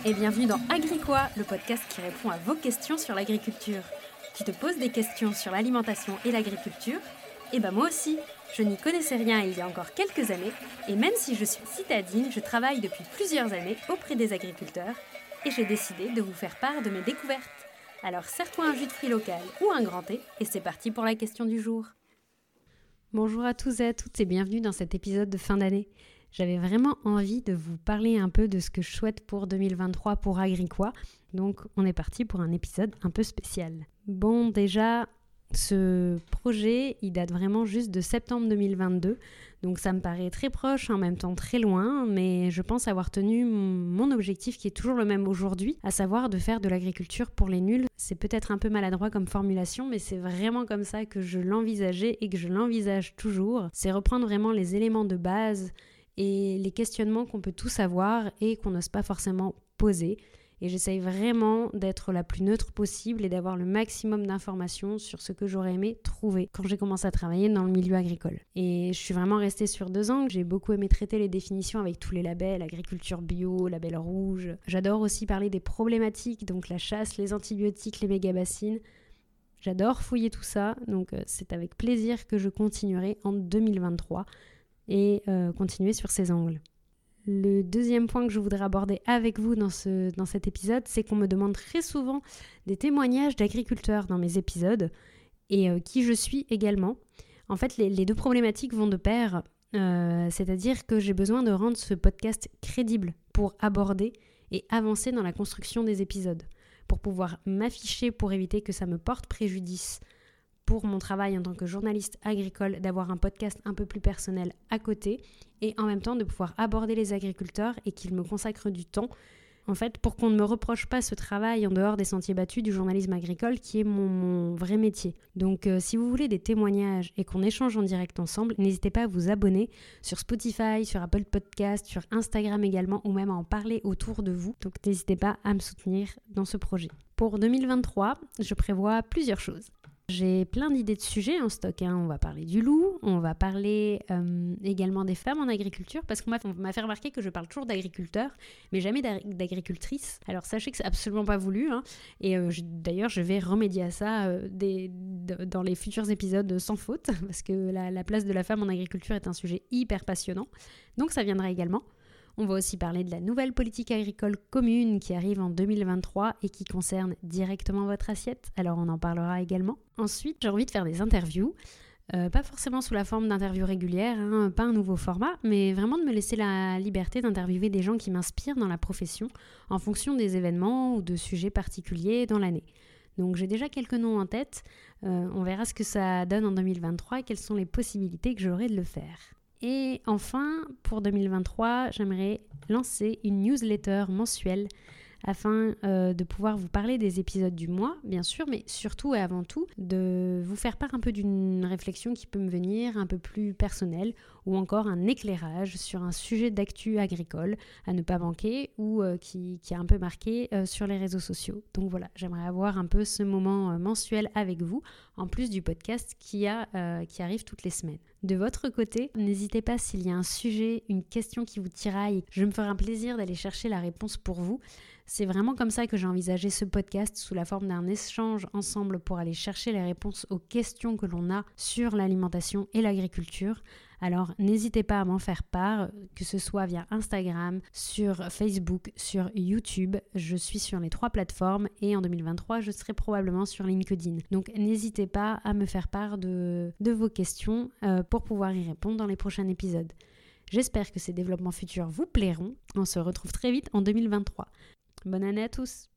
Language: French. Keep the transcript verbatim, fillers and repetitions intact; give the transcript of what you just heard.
et bienvenue dans Agricois, le podcast qui répond à vos questions sur l'agriculture. Tu te poses des questions sur l'alimentation et l'agriculture? Eh ben moi aussi, je n'y connaissais rien il y a encore quelques années, et même si je suis citadine, je travaille depuis plusieurs années auprès des agriculteurs, et j'ai décidé de vous faire part de mes découvertes. Alors serre-toi un jus de fruits local ou un grand thé, et c'est parti pour la question du jour. Bonjour à tous et à toutes et bienvenue dans cet épisode de fin d'année. J'avais vraiment envie de vous parler un peu de ce que je souhaite pour deux mille vingt-trois pour Agricois, donc on est parti pour un épisode un peu spécial. Bon, déjà, ce projet, il date vraiment juste de septembre deux mille vingt-deux, donc ça me paraît très proche, en même temps très loin, mais je pense avoir tenu mon objectif qui est toujours le même aujourd'hui, à savoir de faire de l'agriculture pour les nuls. C'est peut-être un peu maladroit comme formulation, mais c'est vraiment comme ça que je l'envisageais et que je l'envisage toujours. C'est reprendre vraiment les éléments de base et les questionnements qu'on peut tous avoir et qu'on n'ose pas forcément poser. Et j'essaye vraiment d'être la plus neutre possible et d'avoir le maximum d'informations sur ce que j'aurais aimé trouver quand j'ai commencé à travailler dans le milieu agricole. Et je suis vraiment restée sur deux angles. J'ai beaucoup aimé traiter les définitions avec tous les labels, agriculture bio, label rouge. J'adore aussi parler des problématiques, donc la chasse, les antibiotiques, les méga-bassines. J'adore fouiller tout ça, donc c'est avec plaisir que je continuerai en deux mille vingt-trois et euh, continuer sur ces angles. Le deuxième point que je voudrais aborder avec vous dans, ce, dans cet épisode, c'est qu'on me demande très souvent des témoignages d'agriculteurs dans mes épisodes et euh, qui je suis également. En fait, les, les deux problématiques vont de pair, euh, c'est-à-dire que j'ai besoin de rendre ce podcast crédible pour aborder et avancer dans la construction des épisodes, pour pouvoir m'afficher pour éviter que ça me porte préjudice pour mon travail en tant que journaliste agricole, d'avoir un podcast un peu plus personnel à côté et en même temps de pouvoir aborder les agriculteurs et qu'ils me consacrent du temps, en fait, pour qu'on ne me reproche pas ce travail en dehors des sentiers battus du journalisme agricole qui est mon, mon vrai métier. Donc euh, si vous voulez des témoignages et qu'on échange en direct ensemble, n'hésitez pas à vous abonner sur Spotify, sur Apple Podcast, sur Instagram également, ou même à en parler autour de vous. Donc n'hésitez pas à me soutenir dans ce projet. Pour deux mille vingt-trois, je prévois plusieurs choses. J'ai plein d'idées de sujets en stock, hein. On va parler du loup, on va parler euh, également des femmes en agriculture, parce qu'on m'a, on m'a fait remarquer que je parle toujours d'agriculteurs, mais jamais d'agricultrices. Alors sachez que c'est absolument pas voulu, hein. Et euh, je, d'ailleurs je vais remédier à ça euh, des, de, dans les futurs épisodes sans faute, parce que la, la place de la femme en agriculture est un sujet hyper passionnant, donc ça viendra également. On va aussi parler de la nouvelle politique agricole commune qui arrive en deux mille vingt-trois et qui concerne directement votre assiette, alors on en parlera également. Ensuite, j'ai envie de faire des interviews, euh, pas forcément sous la forme d'interviews régulières, hein, pas un nouveau format, mais vraiment de me laisser la liberté d'interviewer des gens qui m'inspirent dans la profession en fonction des événements ou de sujets particuliers dans l'année. Donc j'ai déjà quelques noms en tête, euh, on verra ce que ça donne en deux mille vingt-trois et quelles sont les possibilités que j'aurai de le faire. Et enfin, pour deux mille vingt-trois, j'aimerais lancer une newsletter mensuelle afin euh, de pouvoir vous parler des épisodes du mois, bien sûr, mais surtout et avant tout, de vous faire part un peu d'une réflexion qui peut me venir un peu plus personnelle ou encore un éclairage sur un sujet d'actu agricole à ne pas manquer ou euh, qui, qui a un peu marqué euh, sur les réseaux sociaux. Donc voilà, j'aimerais avoir un peu ce moment euh, mensuel avec vous, en plus du podcast qui, a, euh, qui arrive toutes les semaines. De votre côté, n'hésitez pas s'il y a un sujet, une question qui vous tiraille, je me ferai un plaisir d'aller chercher la réponse pour vous. C'est vraiment comme ça que j'ai envisagé ce podcast, sous la forme d'un échange ensemble pour aller chercher les réponses aux questions que l'on a sur l'alimentation et l'agriculture. Alors n'hésitez pas à m'en faire part, que ce soit via Instagram, sur Facebook, sur YouTube. Je suis sur les trois plateformes et en deux mille vingt-trois, je serai probablement sur LinkedIn. Donc n'hésitez pas à me faire part de, de vos questions euh, pour pouvoir y répondre dans les prochains épisodes. J'espère que ces développements futurs vous plairont. On se retrouve très vite en deux mille vingt-trois. Bonne année à tous!